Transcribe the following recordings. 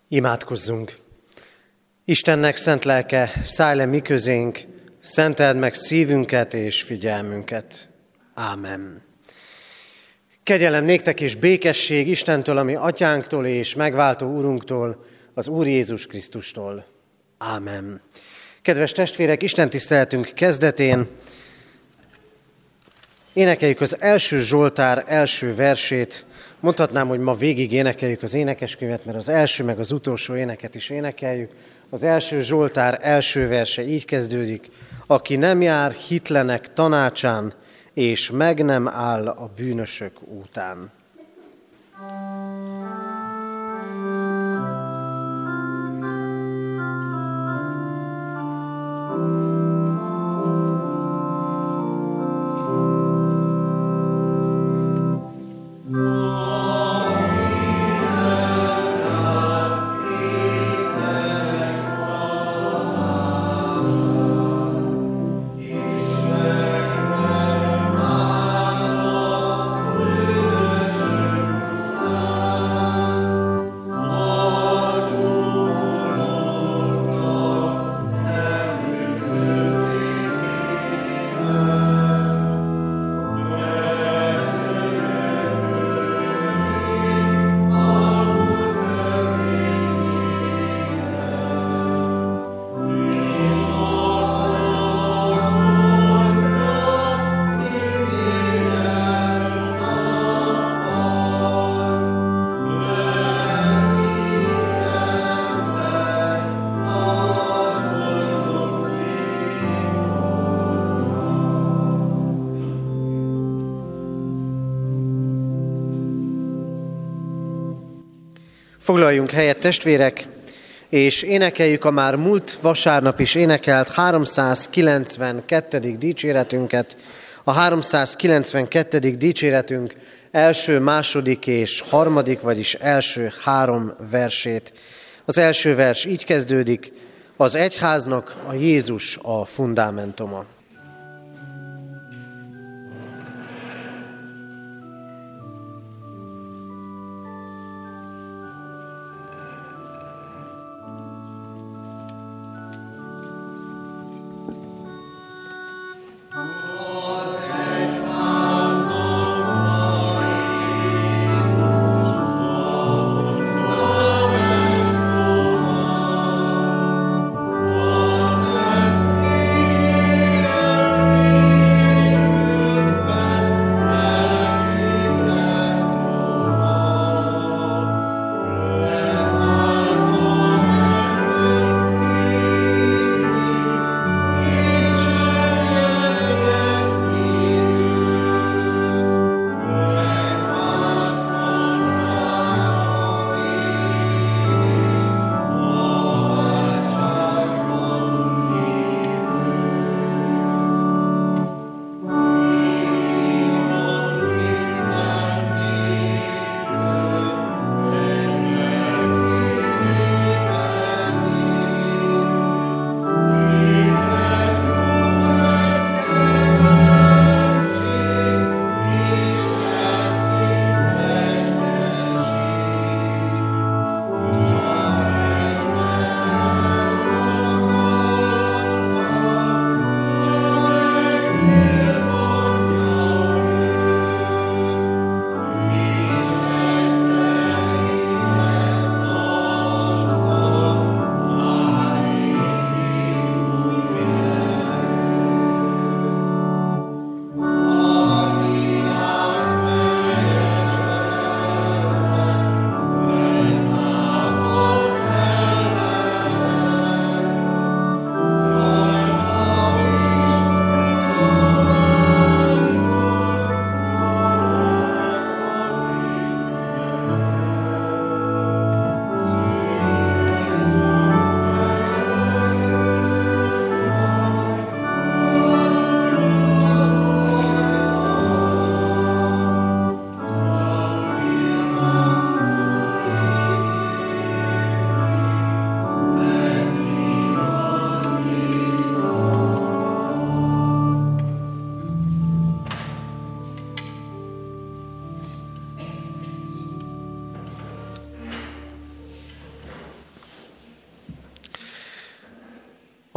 Imádkozzunk! Istennek szent lelke, szállj le mi közénk, szenteld meg szívünket és figyelmünket. Ámen. Kegyelem néktek és békesség Istentől, ami atyánktól és megváltó Urunktól, az Úr Jézus Krisztustól. Ámen. Kedves testvérek, istentiszteletünk kezdetén énekeljük az első Zsoltár első versét. Mondhatnám, hogy ma végig énekeljük az énekeskönyvet, mert az első meg az utolsó éneket is énekeljük. Az első Zsoltár első verse így kezdődik: aki nem jár hitlenek tanácsán, és meg nem áll a bűnösök útán. Foglaljunk helyet, testvérek, és énekeljük a már múlt vasárnap is énekelt 392. dicséretünket. A 392. dicséretünk első, második és harmadik, vagyis első 3 versét. Az első vers így kezdődik: az egyháznak a Jézus a fundamentuma. Yeah.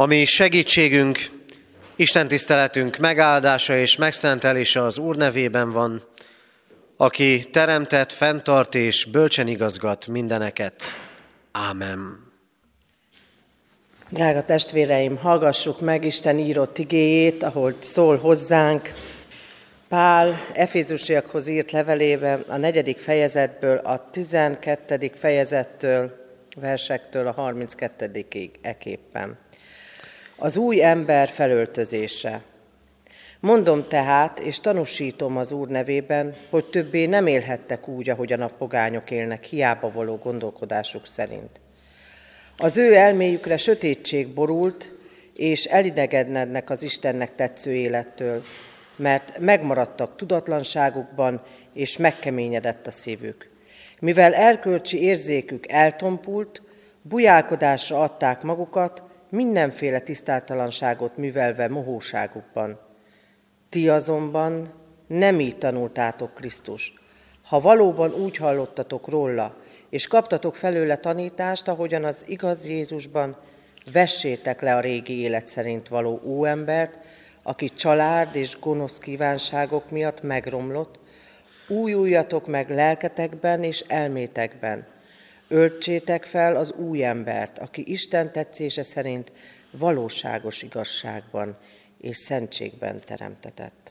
Ami segítségünk, Isten tiszteletünk megáldása és megszentelése az Úr nevében van, aki teremtett, fenntart és bölcsen igazgat mindeneket. Ámen. Drága testvéreim, hallgassuk meg Isten írott igéjét, ahogy szól hozzánk. Pál Efézusiakhoz írt levelében a 4. fejezetből, a 12. fejezettől, versektől a 32-ig eképpen. Az új ember felöltözése. Mondom tehát, és tanúsítom az Úr nevében, hogy többé nem élhettek úgy, ahogyan a pogányok élnek, hiába való gondolkodásuk szerint. Az ő elméjükre sötétség borult, és elidegednek az Istennek tetsző élettől, mert megmaradtak tudatlanságukban, és megkeményedett a szívük. Mivel erkölcsi érzékük eltompult, bujálkodásra adták magukat, mindenféle tisztátalanságot művelve mohóságukban. Ti azonban nem így tanultátok Krisztus. Ha valóban úgy hallottatok róla, és kaptatok felőle tanítást, ahogyan az igaz Jézusban, vessétek le a régi élet szerint való óembert, aki család és gonosz kívánságok miatt megromlott, újuljatok meg lelketekben és elmétekben. Öltsétek fel az új embert, aki Isten tetszése szerint valóságos igazságban és szentségben teremtetett.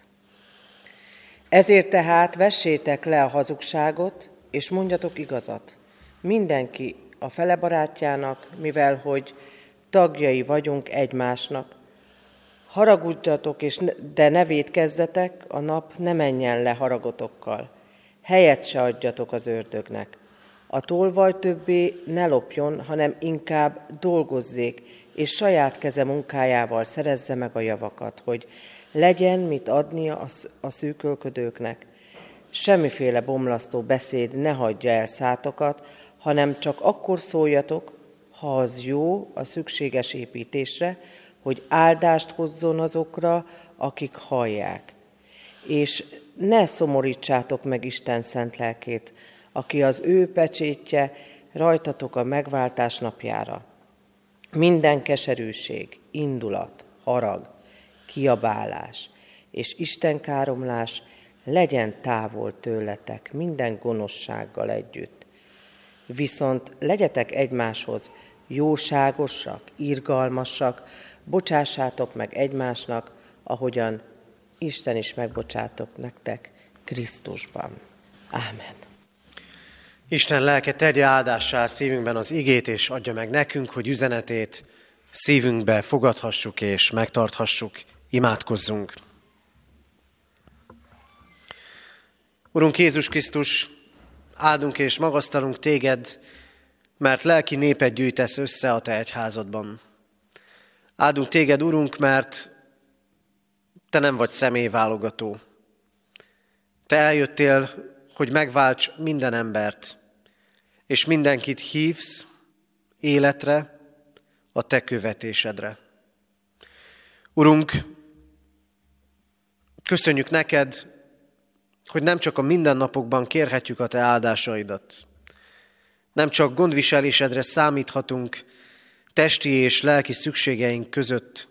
Ezért tehát vessétek le a hazugságot, és mondjatok igazat. Mindenki a fele barátjának, mivel hogy tagjai vagyunk egymásnak. Haragudjatok, de ne vétkezzetek, a nap ne menjen le haragotokkal. Helyet se adjatok az ördögnek. A tolvaj többé ne lopjon, hanem inkább dolgozzék, és saját keze munkájával szerezze meg a javakat, hogy legyen mit adnia a szűkölködőknek. Semmiféle bomlasztó beszéd ne hagyja el szátokat, hanem csak akkor szóljatok, ha az jó a szükséges építésre, hogy áldást hozzon azokra, akik hallják. És ne szomorítsátok meg Isten szent lelkét, aki az ő pecsétje rajtatok a megváltás napjára. Minden keserűség, indulat, harag, kiabálás és istenkáromlás legyen távol tőletek minden gonoszsággal együtt. Viszont legyetek egymáshoz jóságosak, irgalmasak, bocsássátok meg egymásnak, ahogyan Isten is megbocsátok nektek Krisztusban. Ámen. Isten lelke tegye áldássá szívünkben az igét, és adja meg nekünk, hogy üzenetét szívünkbe fogadhassuk és megtarthassuk. Imádkozzunk. Urunk Jézus Krisztus, áldunk és magasztalunk téged, mert lelki népet gyűjtesz össze a te egyházadban. Áldunk téged, Urunk, mert te nem vagy személyválogató. Te eljöttél, hogy megválts minden embert, és mindenkit hívsz életre, a te követésedre. Urunk, köszönjük neked, hogy nem csak a mindennapokban kérhetjük a te áldásaidat, nem csak gondviselésedre számíthatunk testi és lelki szükségeink között,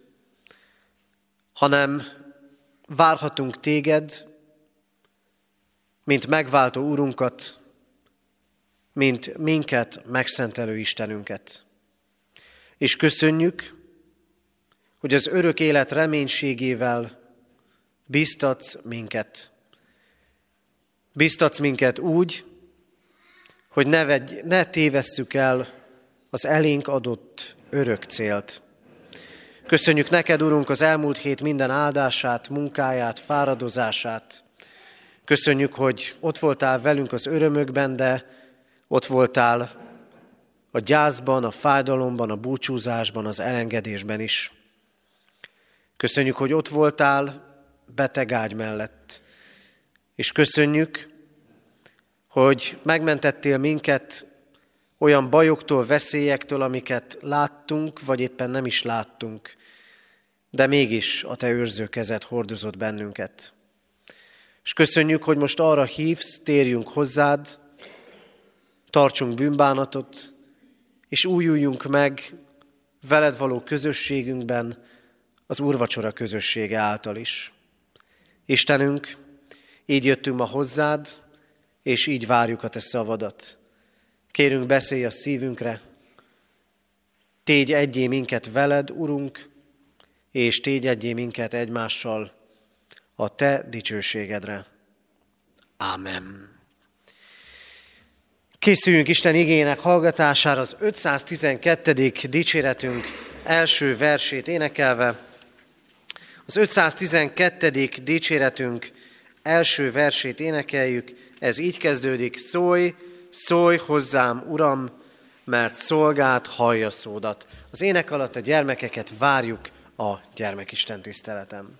hanem várhatunk téged, mint megváltó Urunkat, mint minket megszentelő Istenünket. És köszönjük, hogy az örök élet reménységével bíztatsz minket. Bíztatsz minket úgy, hogy ne tévesszük el az elénk adott örök célt. Köszönjük neked, Urunk, az elmúlt hét minden áldását, munkáját, fáradozását. Köszönjük, hogy ott voltál velünk az örömökben, de ott voltál a gyászban, a fájdalomban, a búcsúzásban, az elengedésben is. Köszönjük, hogy ott voltál beteg ágy mellett. És köszönjük, hogy megmentettél minket olyan bajoktól, veszélyektől, amiket láttunk, vagy éppen nem is láttunk, de mégis a te őrző kezed hordozott bennünket. És köszönjük, hogy most arra hívsz, térjünk hozzád, tartsunk bűnbánatot, és újuljunk meg veled való közösségünkben, az úrvacsora közössége által is. Istenünk, így jöttünk ma hozzád, és így várjuk a te szavadat. Kérünk, beszélj a szívünkre, tégy egyé minket veled, Urunk, és tégy egyé minket egymással a te dicsőségedre. Ámen. Készüljünk Isten igének hallgatására az 512. dicséretünk első versét énekelve. Az 512. dicséretünk első versét énekeljük, ez így kezdődik: szólj, szólj hozzám, Uram, mert szolgád hallja szódat. Az ének alatt a gyermekeket várjuk a gyermekisten tiszteleten.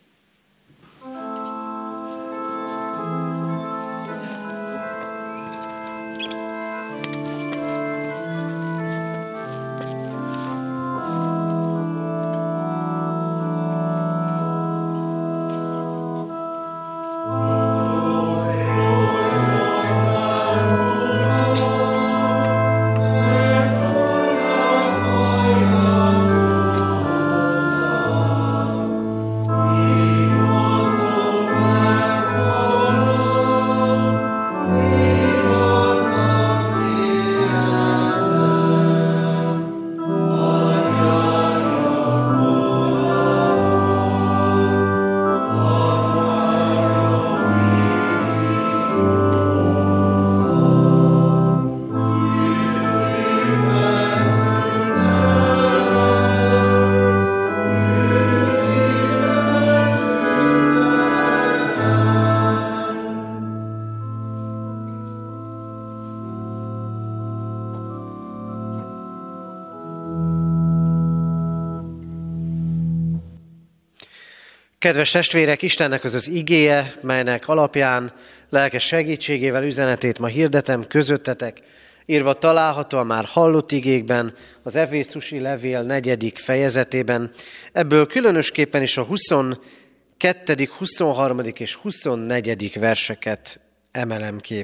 Kedves testvérek, Istennek az igéje, melynek alapján lelkes segítségével üzenetét ma hirdetem közöttetek, írva található a már hallott igékben, az Efészusi levél 4. fejezetében. Ebből különösképpen is a 22., 23. és 24. verseket emelem ki.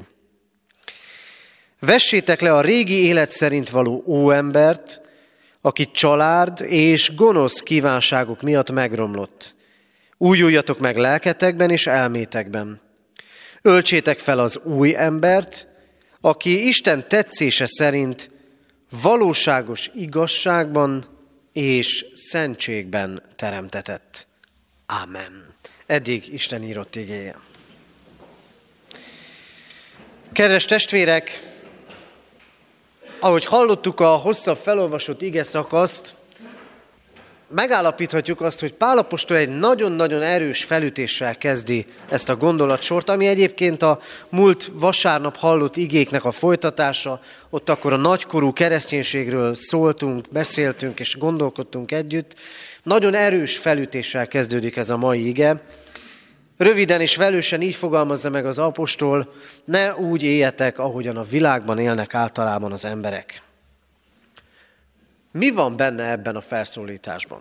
Vessétek le a régi élet szerint való óembert, aki család és gonosz kívánságok miatt megromlott. Újuljatok meg lelketekben és elmétekben. Öltsétek fel az új embert, aki Isten tetszése szerint valóságos igazságban és szentségben teremtetett. Ámen. Eddig Isten írott igéje. Kedves testvérek, ahogy hallottuk a hosszabb felolvasott ige szakaszt, megállapíthatjuk azt, hogy Pál apostol egy nagyon-nagyon erős felütéssel kezdi ezt a gondolatsort, ami egyébként a múlt vasárnap hallott igéknek a folytatása. Ott akkor a nagykorú kereszténységről szóltunk, beszéltünk és gondolkodtunk együtt. Nagyon erős felütéssel kezdődik ez a mai ige. Röviden és velősen így fogalmazza meg az apostol: ne úgy éljetek, ahogyan a világban élnek általában az emberek. Mi van benne ebben a felszólításban?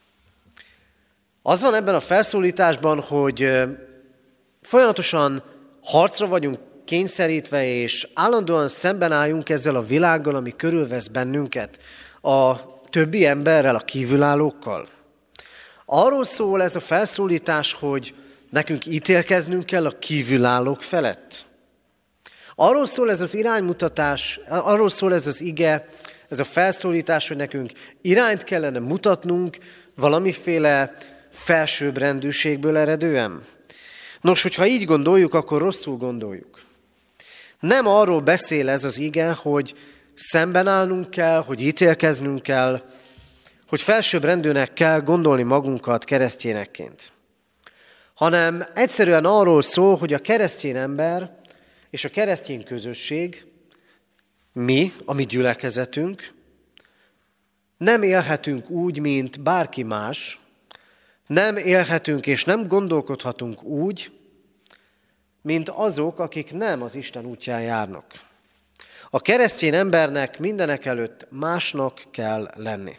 Az van ebben a felszólításban, hogy folyamatosan harcra vagyunk kényszerítve, és állandóan szemben álljunk ezzel a világgal, ami körülvesz bennünket, a többi emberrel, a kívülállókkal. Arról szól ez a felszólítás, hogy nekünk ítélkeznünk kell a kívülállók felett. Arról szól ez az iránymutatás, arról szól ez az ige, ez a felszólítás, hogy nekünk irányt kellene mutatnunk valamiféle felsőbbrendűségből eredően. Nos, hogyha így gondoljuk, akkor rosszul gondoljuk. Nem arról beszél ez az ige, hogy szemben állnunk kell, hogy ítélkeznünk kell, hogy felsőbbrendűnek kell gondolni magunkat keresztényekként. Hanem egyszerűen arról szól, hogy a keresztény ember és a keresztény közösség, mi, a mi gyülekezetünk, nem élhetünk úgy, mint bárki más, nem élhetünk és nem gondolkodhatunk úgy, mint azok, akik nem az Isten útján járnak. A keresztény embernek mindenekelőtt másnak kell lenni.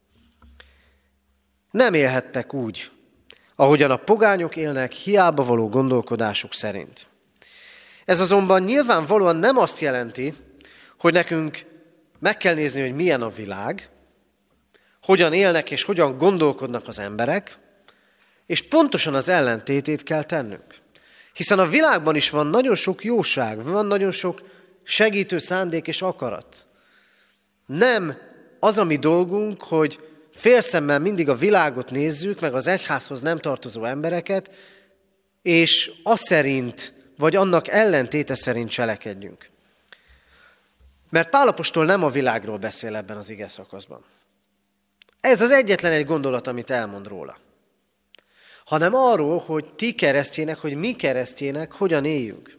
Nem élhettek úgy, ahogyan a pogányok élnek, hiába való gondolkodásuk szerint. Ez azonban nyilvánvalóan nem azt jelenti, hogy nekünk meg kell nézni, hogy milyen a világ, hogyan élnek és hogyan gondolkodnak az emberek, és pontosan az ellentétét kell tennünk. Hiszen a világban is van nagyon sok jóság, van nagyon sok segítő szándék és akarat. Nem az a mi dolgunk, hogy félszemmel mindig a világot nézzük, meg az egyházhoz nem tartozó embereket, és az szerint, vagy annak ellentéte szerint cselekedjünk. Mert Pál apostol nem a világról beszél ebben az ige szakaszban. Ez az egyetlen egy gondolat, amit elmond róla. Hanem arról, hogy ti keresztjének, hogy mi keresztjének hogyan éljünk.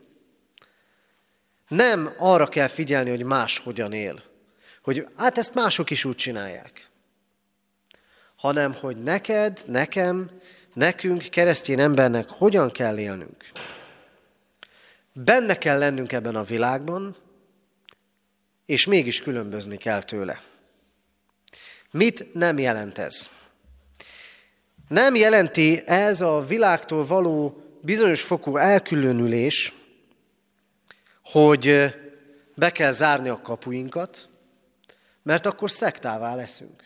Nem arra kell figyelni, hogy más hogyan él. Hogy hát ezt mások is úgy csinálják. Hanem, hogy neked, nekem, nekünk, keresztény embernek hogyan kell élnünk. Benne kell lennünk ebben a világban, és mégis különbözni kell tőle. Mit nem jelent ez? Nem jelenti ez a világtól való bizonyos fokú elkülönülés, hogy be kell zárni a kapuinkat, mert akkor szektává leszünk.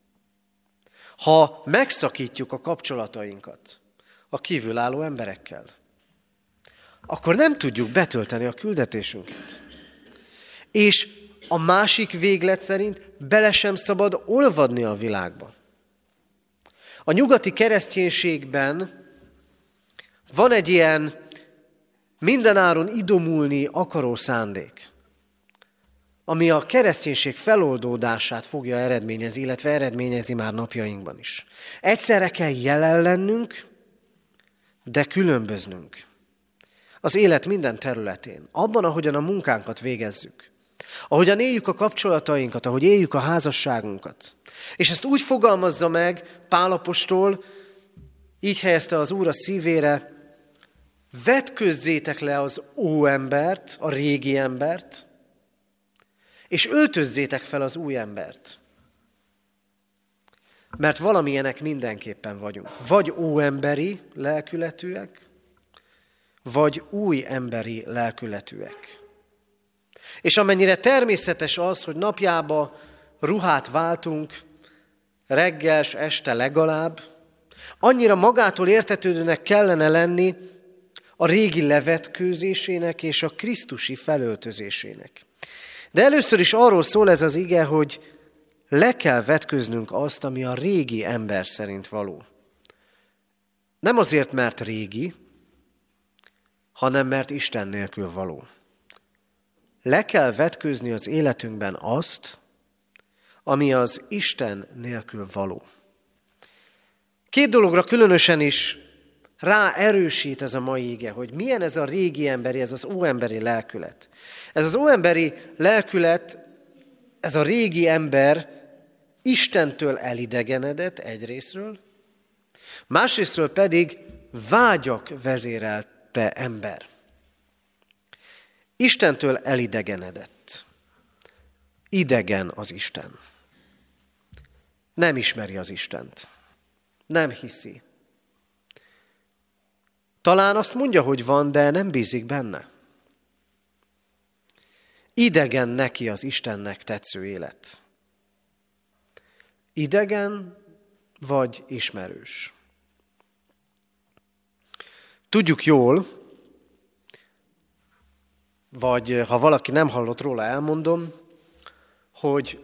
Ha megszakítjuk a kapcsolatainkat a kívülálló emberekkel, akkor nem tudjuk betölteni a küldetésünket. És a másik véglet szerint bele sem szabad olvadni a világba. A nyugati kereszténységben van egy ilyen mindenáron idomulni akaró szándék, ami a kereszténység feloldódását fogja eredményezni, illetve eredményezi már napjainkban is. Egyszerre kell jelen lennünk, de különböznünk. Az élet minden területén, abban, ahogyan a munkánkat végezzük, ahogyan éljük a kapcsolatainkat, ahogy éljük a házasságunkat. És ezt úgy fogalmazza meg Pál apostol, így helyezte az Úr a szívére, vetkőzzétek le az óembert, a régi embert, és öltözzétek fel az új embert. Mert valamilyenek mindenképpen vagyunk. Vagy óemberi lelkületűek, vagy új emberi lelkületűek. És amennyire természetes az, hogy napjába ruhát váltunk, reggel s este legalább, annyira magától értetődőnek kellene lenni a régi levetkőzésének és a krisztusi felöltözésének. De először is arról szól ez az ige, hogy le kell vetköznünk azt, ami a régi ember szerint való. Nem azért, mert régi, hanem mert Isten nélkül való. Le kell vetkőzni az életünkben azt, ami az Isten nélkül való. Két dologra különösen is ráerősít ez a mai ige, hogy milyen ez a régi emberi, ez az óemberi lelkület. Ez az óemberi lelkület, ez a régi ember Istentől elidegenedett egyrészről, másrészről pedig vágyak vezérelte ember. Istentől elidegenedett. Idegen az Isten. Nem ismeri az Istent. Nem hiszi. Talán azt mondja, hogy van, de nem bízik benne. Idegen neki az Istennek tetsző élet. Idegen vagy ismerős. Tudjuk jól, vagy ha valaki nem hallott róla, elmondom, hogy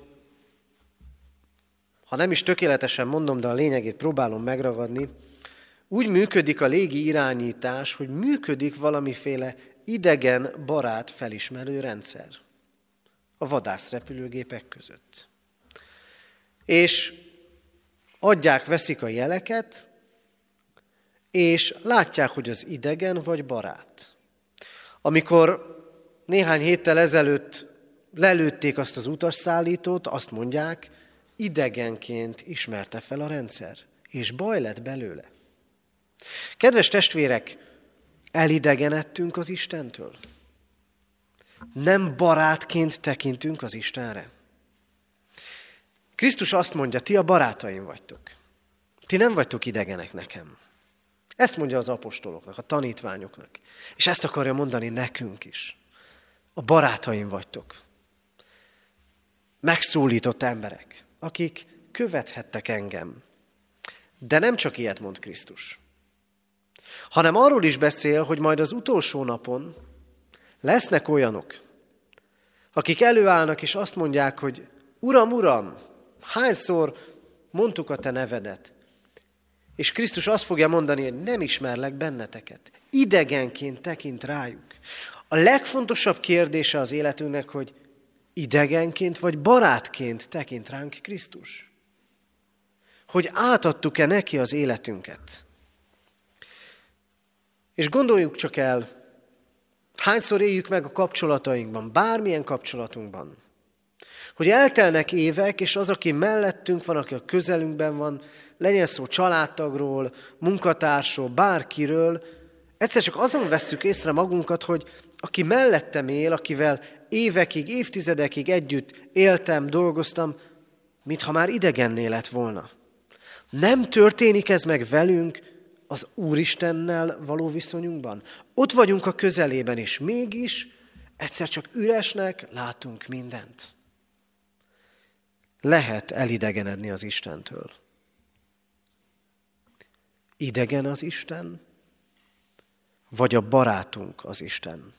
ha nem is tökéletesen mondom, de a lényegét próbálom megragadni, úgy működik a légi irányítás, hogy működik valamiféle idegen barát felismerő rendszer a vadászrepülőgépek között. És veszik a jeleket, és látják, hogy az idegen vagy barát. Amikor néhány héttel ezelőtt lelőtték azt az utasszállítót, azt mondják, idegenként ismerte fel a rendszer, és baj lett belőle. Kedves testvérek, elidegenedtünk az Istentől? Nem barátként tekintünk az Istenre? Krisztus azt mondja, ti a barátaim vagytok. Ti nem vagytok idegenek nekem. Ezt mondja az apostoloknak, a tanítványoknak. És ezt akarja mondani nekünk is. A barátaim vagytok. Megszólított emberek, akik követhettek engem. De nem csak ilyet mond Krisztus, hanem arról is beszél, hogy majd az utolsó napon lesznek olyanok, akik előállnak és azt mondják, hogy Uram, Uram, hányszor mondtuk a te nevedet? És Krisztus azt fogja mondani, hogy nem ismerlek benneteket. Idegenként tekint rájuk. A legfontosabb kérdése az életünknek, hogy idegenként vagy barátként tekint ránk Krisztus. Hogy átadtuk-e neki az életünket. És gondoljuk csak el, hányszor éljük meg a kapcsolatainkban, bármilyen kapcsolatunkban, hogy eltelnek évek, és az, aki mellettünk van, aki a közelünkben van, legyen szó családtagról, munkatársról, bárkiről, egyszer csak azon vesszük észre magunkat, hogy aki mellettem él, akivel évekig, évtizedekig együtt éltem, dolgoztam, mintha már idegenné lett volna. Nem történik ez meg velünk az Úristennel való viszonyunkban? Ott vagyunk a közelében, és mégis egyszer csak üresnek látunk mindent. Lehet elidegenedni az Istentől. Idegen az Isten, vagy a barátunk az Isten?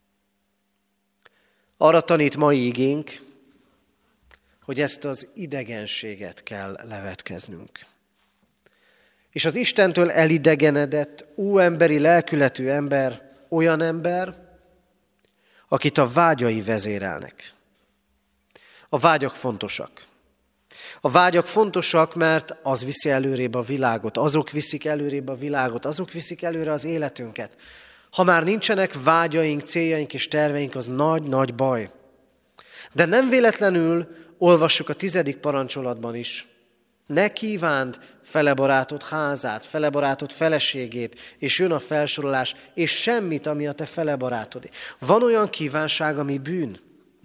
Arra tanít mai igénk, hogy ezt az idegenséget kell levetkeznünk. És az Istentől elidegenedett, óemberi lelkületű ember olyan ember, akit a vágyai vezérelnek. A vágyak fontosak. A vágyak fontosak, mert az viszi előrébb a világot, azok viszik előrébb a világot, azok viszik előre az életünket. Ha már nincsenek vágyaink, céljaink és terveink, az nagy-nagy baj. De nem véletlenül olvassuk a 10. parancsolatban is. Ne kívánd fele barátod házát, fele barátod feleségét, és jön a felsorolás, és semmit, ami a te fele barátodé. Van olyan kívánság, ami bűn.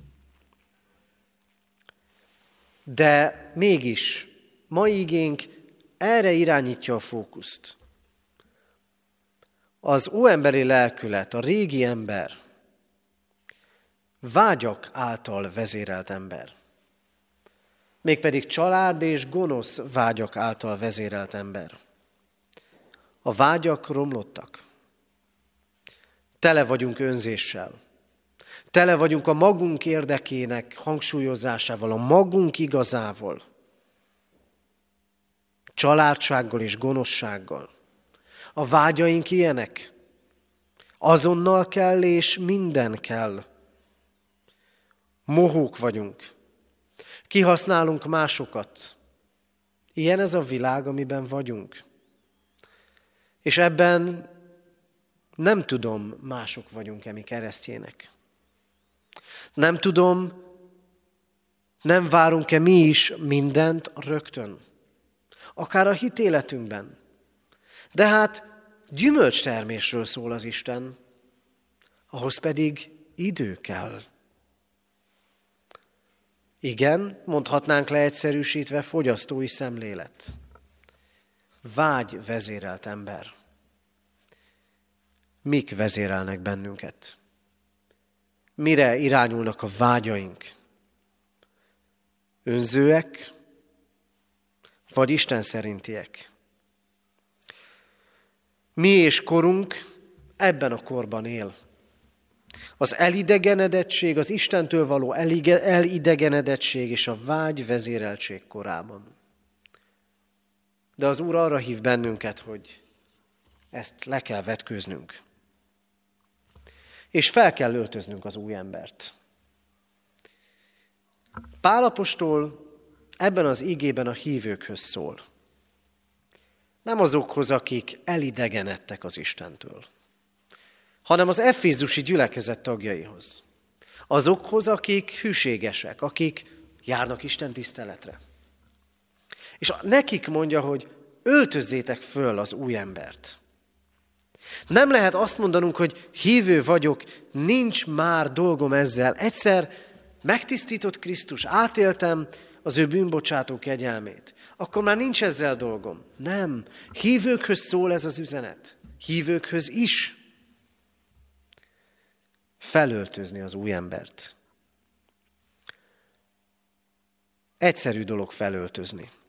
De mégis mai igénk erre irányítja a fókuszt. Az óemberi lelkület, a régi ember, vágyak által vezérelt ember. Mégpedig család és gonosz vágyak által vezérelt ember. A vágyak romlottak. Tele vagyunk önzéssel. Tele vagyunk a magunk érdekének hangsúlyozásával, a magunk igazával. Családsággal és gonoszsággal. A vágyaink ilyenek. Azonnal kell és minden kell. Mohók vagyunk. Kihasználunk másokat. Ilyen ez a világ, amiben vagyunk. És ebben nem tudom, mások vagyunk-e mi keresztjének. Nem tudom, nem várunk-e mi is mindent rögtön. Akár a hitéletünkben. De hát gyümölcstermésről szól az Isten, ahhoz pedig idő kell. Igen, mondhatnánk leegyszerűsítve, fogyasztói szemlélet. Vágy vezérelt ember. Mik vezérelnek bennünket? Mire irányulnak a vágyaink? Önzőek, vagy Isten szerintiek? Mi és korunk ebben a korban él. Az elidegenedettség, az Istentől való elidegenedettség és a vágy vezéreltség korában. De az Úr arra hív bennünket, hogy ezt le kell vetkőznünk. És fel kell öltöznünk az új embert. Pál apostol ebben az igében a hívőkhöz szól. Nem azokhoz, akik elidegenedtek az Istentől, hanem az efézusi gyülekezet tagjaihoz. Azokhoz, akik hűségesek, akik járnak Isten tiszteletre. És nekik mondja, hogy öltözzétek föl az új embert. Nem lehet azt mondanunk, hogy hívő vagyok, nincs már dolgom ezzel. Egyszer megtisztított Krisztus, átéltem az ő bűnbocsátó kegyelmét. Akkor már nincs ezzel dolgom. Nem. Hívőkhöz szól ez az üzenet. Hívőkhöz is. Felöltözni az új embert. Egyszerű dolog felöltözni.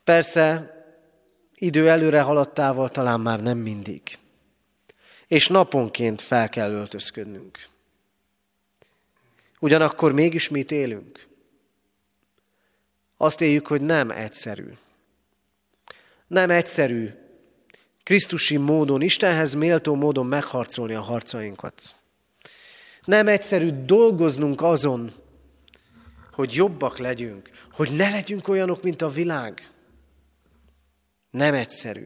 Persze, idő előre haladtával talán már nem mindig. És naponként fel kell öltözködnünk. Ugyanakkor mégis mit élünk? Azt éljük, hogy nem egyszerű. Nem egyszerű krisztusi módon, Istenhez méltó módon megharcolni a harcainkat. Nem egyszerű dolgoznunk azon, hogy jobbak legyünk, hogy ne legyünk olyanok, mint a világ. Nem egyszerű.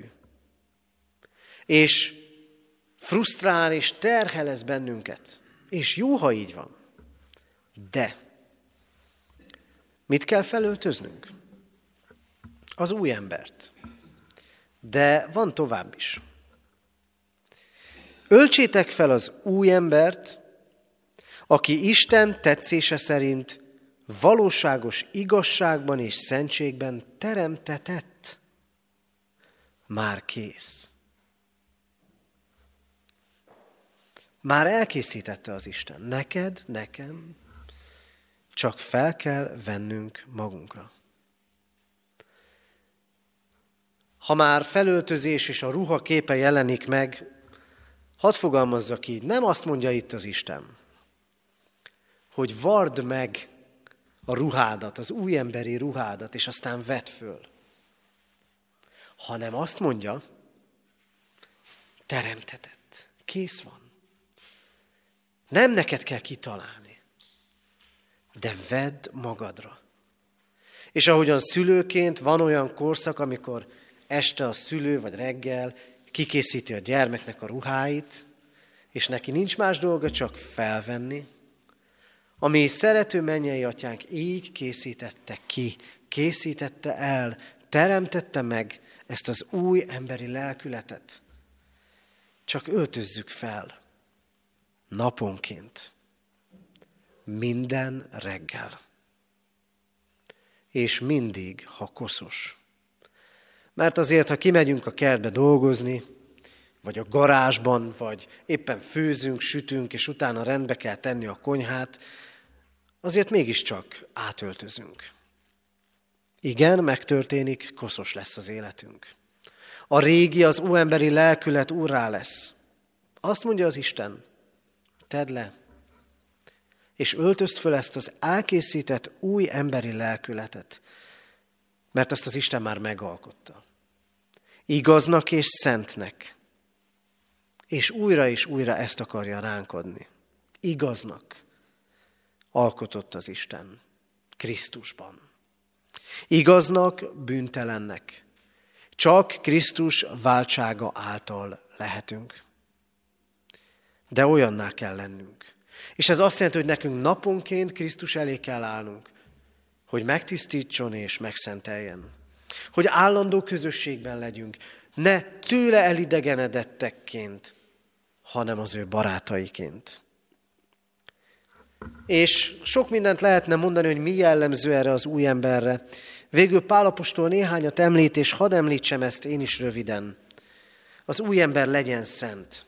És frusztrál és terhel ez bennünket. És jó, ha így van. De mit kell felöltöznünk? Az új embert. De van tovább is. Öltsétek fel az új embert, aki Isten tetszése szerint valóságos igazságban és szentségben teremtetett. Már kész. Már elkészítette az Isten. Neked, nekem, csak fel kell vennünk magunkra. Ha már felöltözés és a ruha képe jelenik meg, hadd fogalmazzak így, nem azt mondja itt az Isten, hogy vard meg a ruhádat, az újemberi ruhádat, és aztán vedd föl. Hanem azt mondja, teremtetett, kész van. Nem neked kell kitalálni, de vedd magadra. És ahogyan szülőként van olyan korszak, amikor este a szülő vagy reggel kikészíti a gyermeknek a ruháit, és neki nincs más dolga, csak felvenni. A mi szerető mennyei atyánk így készítette ki, készítette el, teremtette meg ezt az új emberi lelkületet. Csak öltözzük fel naponként, minden reggel, és mindig, ha koszos. Mert azért, ha kimegyünk a kertbe dolgozni, vagy a garázsban, vagy éppen főzünk, sütünk, és utána rendbe kell tenni a konyhát, azért mégiscsak átöltözünk. Igen, megtörténik, koszos lesz az életünk. A régi, az óemberi lelkület úrrá lesz. Azt mondja az Isten, tedd le, és öltözd föl ezt az elkészített új emberi lelkületet, mert azt az Isten már megalkotta. Igaznak és szentnek, és újra ezt akarja ránk adni. Igaznak alkotott az Isten Krisztusban. Igaznak, bűntelennek. Csak Krisztus váltsága által lehetünk. De olyanná kell lennünk. És ez azt jelenti, hogy nekünk naponként Krisztus elé kell állnunk, hogy megtisztítson és megszenteljen. Hogy állandó közösségben legyünk, ne tőle elidegenedettekként, hanem az ő barátaiként. És sok mindent lehetne mondani, hogy mi jellemző erre az új emberre. Végül Pál apostol néhányat említ, és hadd említsem ezt én is röviden. Az új ember legyen szent.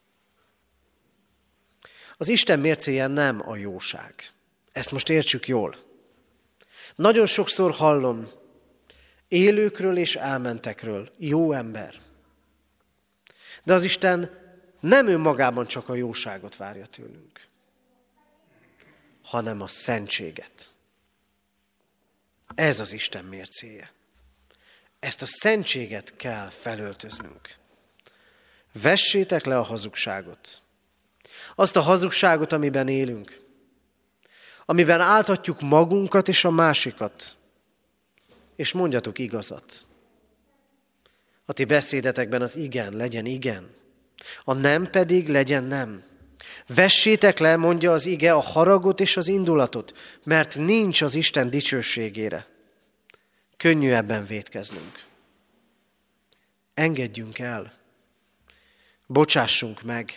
Az Isten mércéje nem a jóság. Ezt most értsük jól. Nagyon sokszor hallom élőkről és elmentekről, jó ember. De az Isten nem önmagában csak a jóságot várja tőlünk, hanem a szentséget. Ez az Isten mércéje. Ezt a szentséget kell felöltöznünk. Vessétek le a hazugságot. Azt a hazugságot, amiben élünk. Amiben áltatjuk magunkat és a másikat. És mondjatok igazat. A ti beszédetekben az igen legyen igen. A nem pedig legyen nem. Vessétek le, mondja az ige, a haragot és az indulatot, mert nincs az Isten dicsőségére. Könnyű ebben vétkeznünk. Engedjünk el. Bocsássunk meg.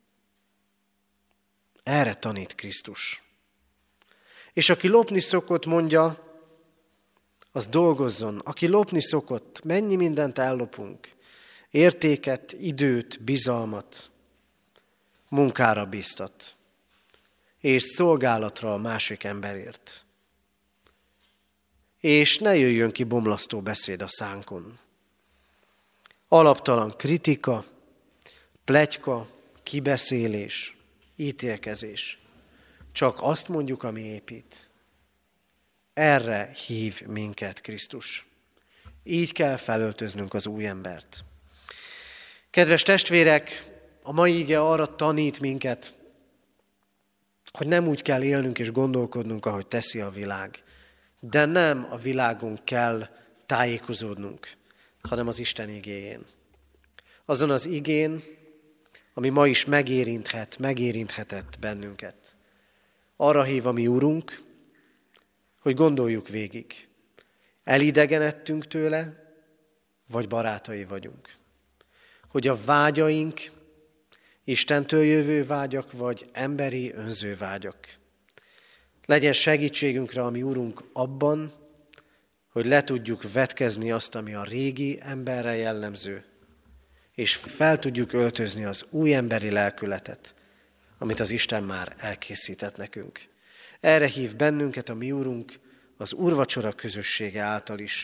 Erre tanít Krisztus. És aki lopni szokott, mondja, az dolgozzon. Aki lopni szokott, mennyi mindent ellopunk. Értéket, időt, bizalmat, munkára bíztat, és szolgálatra a másik emberért. és ne jöjjön ki bomlasztó beszéd a szánkon. Alaptalan kritika, pletyka, kibeszélés, ítélkezés. Csak azt mondjuk, ami épít. Erre hív minket Krisztus. Így kell felöltöznünk az új embert. Kedves testvérek, a mai ige arra tanít minket, hogy nem úgy kell élnünk és gondolkodnunk, ahogy teszi a világ. De nem a világon kell tájékozódnunk, hanem az Isten igéjén. Azon az igén, ami ma is megérinthetett bennünket. Arra hív a mi Urunk, hogy gondoljuk végig. Elidegenedtünk tőle, vagy barátai vagyunk. Hogy a vágyaink Istentől jövő vágyak, vagy emberi önző vágyak. Legyen segítségünkre a mi Urunk abban, hogy le tudjuk vetkezni azt, ami a régi emberre jellemző, és fel tudjuk öltözni az új emberi lelkületet, amit az Isten már elkészített nekünk. Erre hív bennünket a mi Urunk az úrvacsora közössége által is.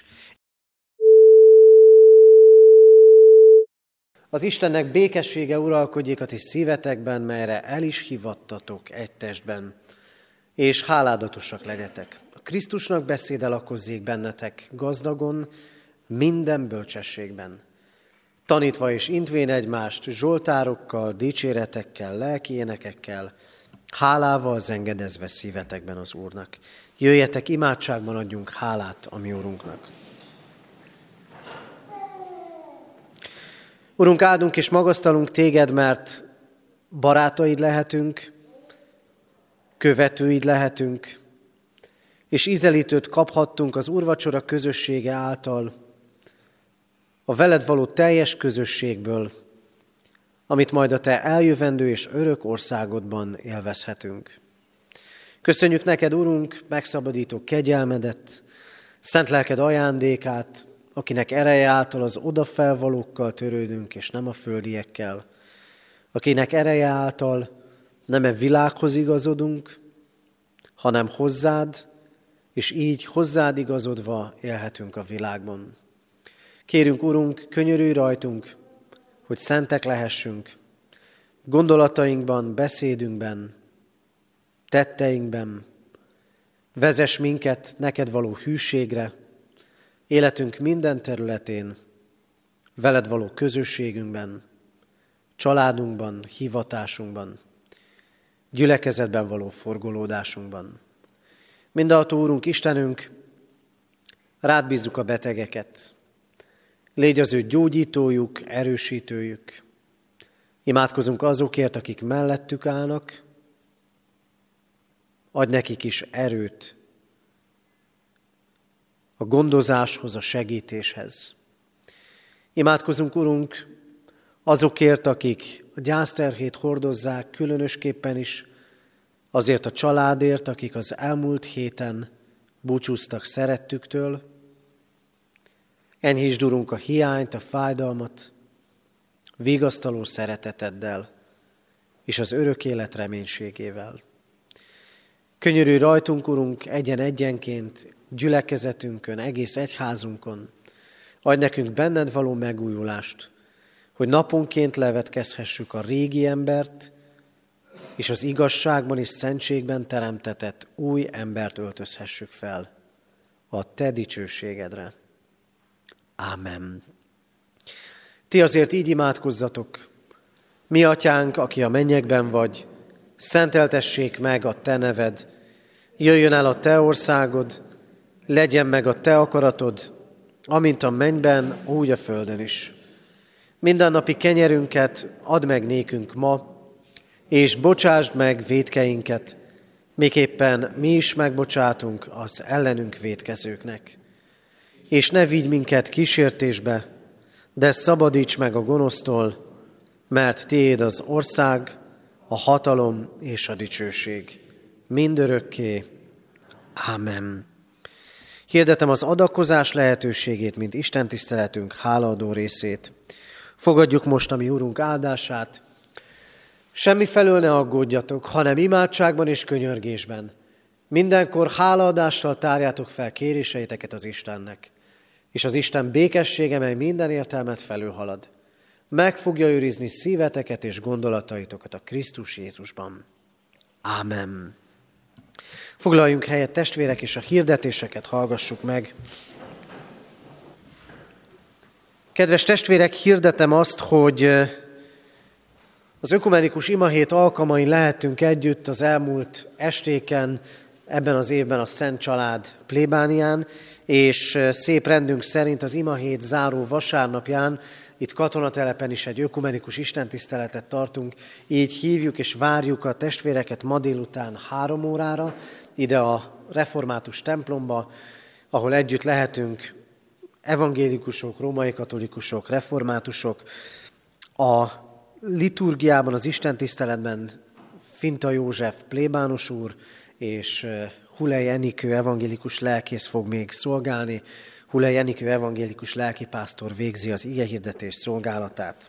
Az Istennek békessége uralkodjék a ti szívetekben, melyre el is hívattatok egy testben, és háládatosak legyetek. A Krisztusnak beszéde lakozzék bennetek gazdagon, minden bölcsességben. Tanítva és intvén egymást zsoltárokkal, dicséretekkel, lelki énekekkel, hálával zengedezve szívetekben az Úrnak. Jöjjetek, imádságban adjunk hálát a mi Urunknak. Urunk, áldunk és magasztalunk téged, mert barátaid lehetünk, követőid lehetünk, és ízelítőt kaphattunk az úrvacsora közössége által, a veled való teljes közösségből, amit majd a te eljövendő és örök országodban élvezhetünk. Köszönjük neked, Urunk, megszabadító kegyelmedet, szent lelked ajándékát, akinek ereje által az odafelvalókkal törődünk, és nem a földiekkel, akinek ereje által nem a világhoz igazodunk, hanem hozzád, és így hozzád igazodva élhetünk a világban. Kérünk, Urunk, könyörülj rajtunk, hogy szentek lehessünk, gondolatainkban, beszédünkben, tetteinkben. Vezess minket neked való hűségre, életünk minden területén, veled való közösségünkben, családunkban, hivatásunkban, gyülekezetben való forgolódásunkban. Mindenható Úrunk, Istenünk, rád bízzuk a betegeket. Légy az ő gyógyítójuk, erősítőjük. Imádkozunk azokért, akik mellettük állnak. Adj nekik is erőt a gondozáshoz, a segítéshez. Imádkozunk, Urunk, azokért, akik a gyászterhét hordozzák, különösképpen is azért a családért, akik az elmúlt héten búcsúztak szerettüktől. Enyhítsd, Urunk, a hiányt, a fájdalmat, vigasztaló szereteteddel és az örök élet reménységével. Könyörülj rajtunk, Urunk, egyen-egyenként, gyülekezetünkön, egész egyházunkon. Adj nekünk benned való megújulást, hogy naponként levetkezhessük a régi embert, és az igazságban és szentségben teremtetett új embert öltözhessük fel a te dicsőségedre. Ámen. Ti azért így imádkozzatok: mi atyánk, aki a mennyekben vagy, szenteltessék meg a te neved, jöjjön el a te országod, legyen meg a te akaratod, amint a mennyben, úgy a földön is. Mindennapi kenyerünket add meg nékünk ma, és bocsásd meg vétkeinket, miképpen mi is megbocsátunk az ellenünk vétkezőknek. És ne vigy minket kísértésbe, de szabadíts meg a gonosztól, mert tiéd az ország, a hatalom és a dicsőség mindörökké. Ámen. Hirdetem az adakozás lehetőségét, mint Isten tiszteletünk hálaadó részét. Fogadjuk most a mi Úrunk áldását. Semmi felől ne aggódjatok, hanem imádságban és könyörgésben Mindenkor hálaadással tárjátok fel kéréseiteket az Istennek, és az Isten békessége, mely minden értelmet felülhalad, meg fogja őrizni szíveteket és gondolataitokat a Krisztus Jézusban. Ámen. Foglaljunk helyet, testvérek, és a hirdetéseket hallgassuk meg. Kedves testvérek, hirdetem azt, hogy az ökumenikus imahét alkalmain lehetünk együtt az elmúlt estéken, ebben az évben a Szent Család plébánián, és szép rendünk szerint az imahét záró vasárnapján itt Katonatelepen is egy ökumenikus istentiszteletet tartunk, így hívjuk és várjuk a testvéreket ma délután 3 órára ide a református templomba, ahol együtt lehetünk evangélikusok, római katolikusok, reformátusok. A liturgiában, az istentiszteletben Finta József plébános úr és Hulei Enikő evangélikus lelkész fog még szolgálni. Hulei Enikő evangélikus lelkipásztor végzi az igehirdetés szolgálatát.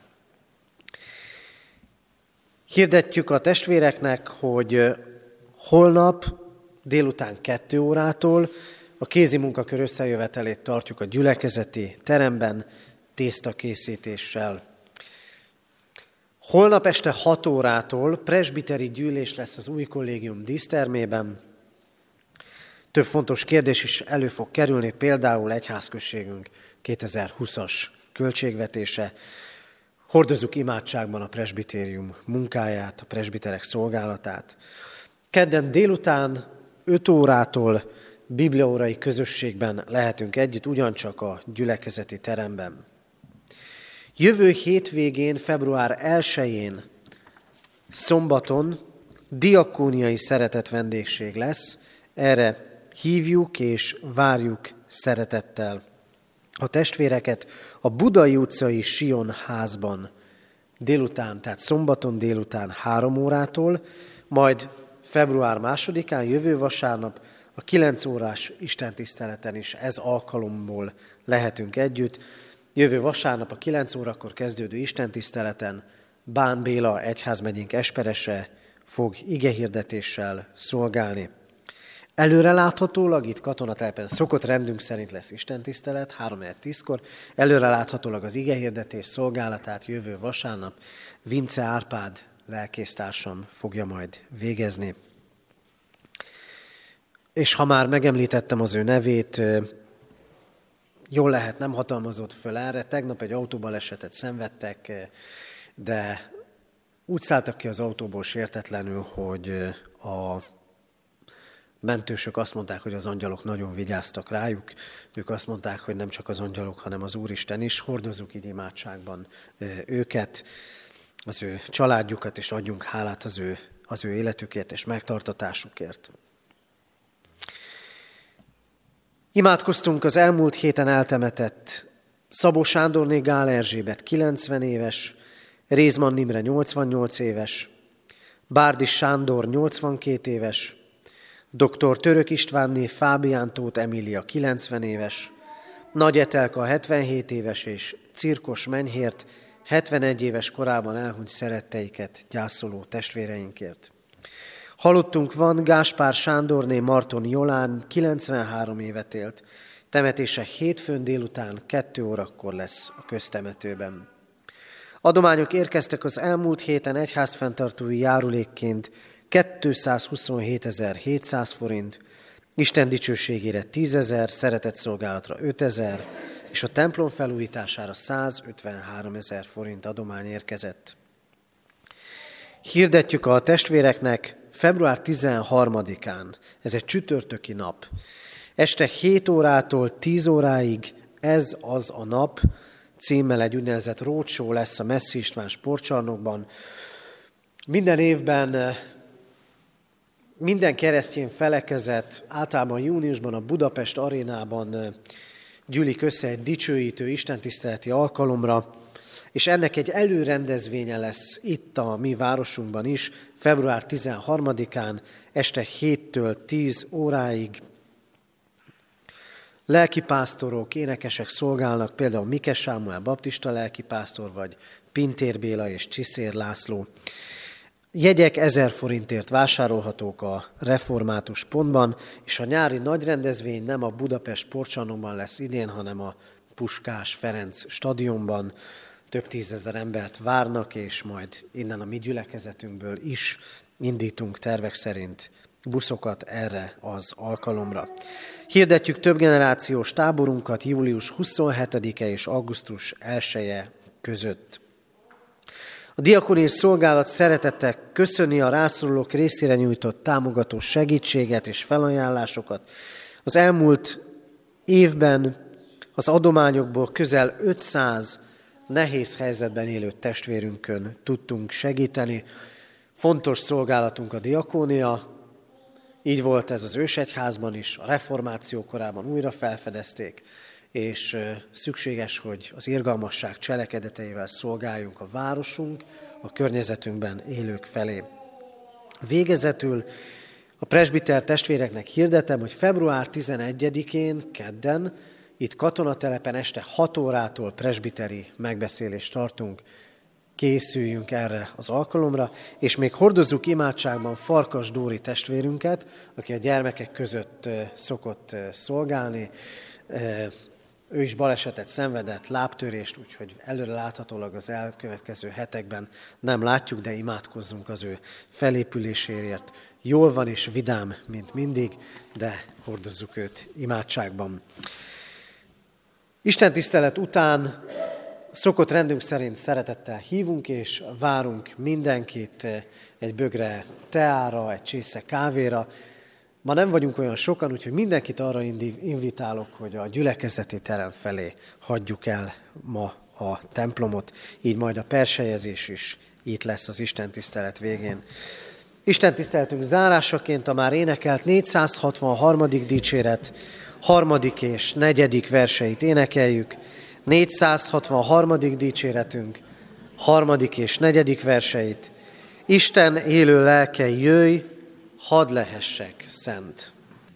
Hirdetjük a testvéreknek, hogy holnap délután 2 órától a kézi munkakör összejövetelét tartjuk a gyülekezeti teremben tésztakészítéssel. Holnap este 6 órától presbiteri gyűlés lesz az új kollégium dísztermében. Több fontos kérdés is elő fog kerülni, például egyházközségünk 2020-as költségvetése. Hordozzuk imádságban a presbitérium munkáját, a presbiterek szolgálatát. Kedden délután 5 órától bibliaórai közösségben lehetünk együtt, ugyancsak a gyülekezeti teremben. Jövő hétvégén, február 1-én, szombaton diakóniai szeretett vendégség lesz. Erre hívjuk és várjuk szeretettel a testvéreket a Budai utcai Sion házban délután, tehát szombaton délután 3 órától, majd február 2-án, jövő vasárnap a 9 órás istentiszteleten is ez alkalomból lehetünk együtt. Jövő vasárnap a 9 órakor kezdődő istentiszteleten Bán Béla egyházmegyénk esperese fog igehirdetéssel szolgálni. Előreláthatólag itt Katonatelepen szokott rendünk szerint lesz istentisztelet, 3-10-kor. Előreláthatólag az igehirdetés szolgálatát jövő vasárnap Vince Árpád lelkésztársam fogja majd végezni. És ha már megemlítettem az ő nevét, jól lehet, nem hatalmazott föl erre. Tegnap egy autóbalesetet szenvedtek, de úgy szálltak ki az autóból sértetlenül, hogy a mentősök azt mondták, hogy az angyalok nagyon vigyáztak rájuk. Ők azt mondták, hogy nem csak az angyalok, hanem az Úristen is. Hordozzuk így imádságban őket, az ő családjukat, és adjunk hálát az ő életükért és megtartatásukért. Imádkoztunk az elmúlt héten eltemetett Szabó Sándorné Gál Erzsébet 90 éves, Rézmann Imre 88 éves, Bárdis Sándor 82 éves, dr. Török Istvánné Fábián Tóth Emília 90 éves, Nagy Etelka 77 éves és Cirkos Menyhért 71 éves korában elhunyt szeretteiket gyászoló testvéreinkért. Halottunk van Gáspár Sándorné Marton Jolán, 93 évet élt. Temetése hétfőn délután 2 órakor lesz a köztemetőben. Adományok érkeztek az elmúlt héten egyházfenntartói járulékként 227.700 forint, Isten dicsőségére 10.000, szeretetszolgálatra 5.000, és a templom felújítására 153.000 forint adomány érkezett. Hirdetjük a testvéreknek február 13-án, ez egy csütörtöki nap, este 7 órától 10 óráig ez az a nap, címmel egy úgynevezett roadshow lesz a Messzi István sportcsarnokban. Minden évben minden keresztény felekezet általában júniusban a Budapest arénában gyűlik össze egy dicsőítő istentiszteleti alkalomra, és ennek egy előrendezvénye lesz itt a mi városunkban is, február 13-án este 7-től 10 óráig. Lelkipásztorok, énekesek szolgálnak, például Mikes Sámuel baptista lelkipásztor, vagy Pintér Béla és Csiszér László. Jegyek 1000 forintért vásárolhatók a református pontban, és a nyári nagy rendezvény nem a Budapest sportcsarnokban lesz idén, hanem a Puskás Ferenc stadionban. Több tízezer embert várnak, és majd innen a mi gyülekezetünkből is indítunk tervek szerint buszokat erre az alkalomra. Hirdetjük többgenerációs táborunkat július 27-e és augusztus 1-e között. A diakóniai szolgálat szeretettel köszöni a rászorulók részére nyújtott támogató segítséget és felajánlásokat. Az elmúlt évben az adományokból közel 500 nehéz helyzetben élő testvérünkön tudtunk segíteni. Fontos szolgálatunk a diakónia, így volt ez az ősegyházban is, a reformáció korában újra felfedezték, és szükséges, hogy az irgalmasság cselekedeteivel szolgáljunk a városunk, a környezetünkben élők felé. Végezetül a presbiter testvéreknek hirdetem, hogy február 11-én, kedden, itt Katonatelepen este 6 órától presbiteri megbeszélést tartunk. Készüljünk erre az alkalomra, és még hordozzuk imádságban Farkas Dóri testvérünket, aki a gyermekek között szokott szolgálni. Ő is balesetet szenvedett, lábtörést, úgyhogy előre láthatólag az elkövetkező hetekben nem látjuk, de imádkozzunk az ő felépüléséért. Jól van és vidám, mint mindig, de hordozzuk őt imádságban. Istentisztelet után szokott rendünk szerint szeretettel hívunk és várunk mindenkit egy bögre teára, egy csésze kávéra. Ma nem vagyunk olyan sokan, úgyhogy mindenkit arra invitálok, hogy a gyülekezeti terem felé hagyjuk el ma a templomot, így majd a persejezés is itt lesz az istentisztelet végén. Istentiszteletünk zárásaként a már énekelt 463. dicséret 3. és 4. verseit énekeljük. 463. dicséretünk 3. és 4. verseit. Isten élő lelke, jöjj, hadd lehessek szent.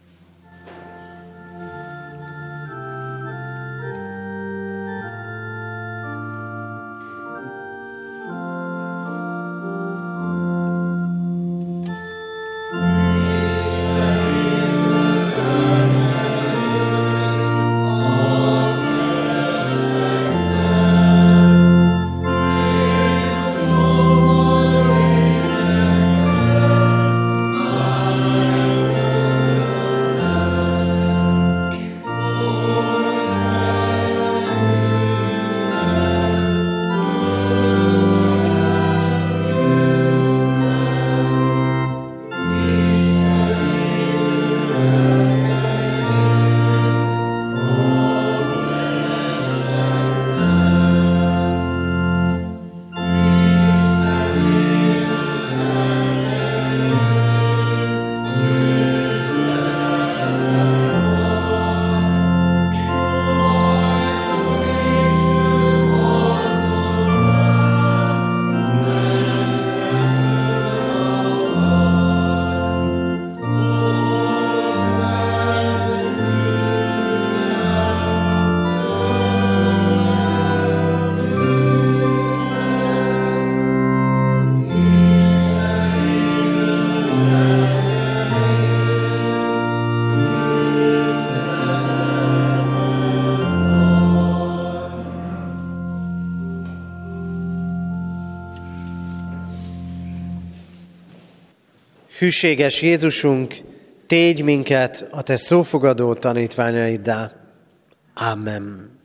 Hűséges Jézusunk, tégy minket a te szófogadó tanítványaiddá. Amen.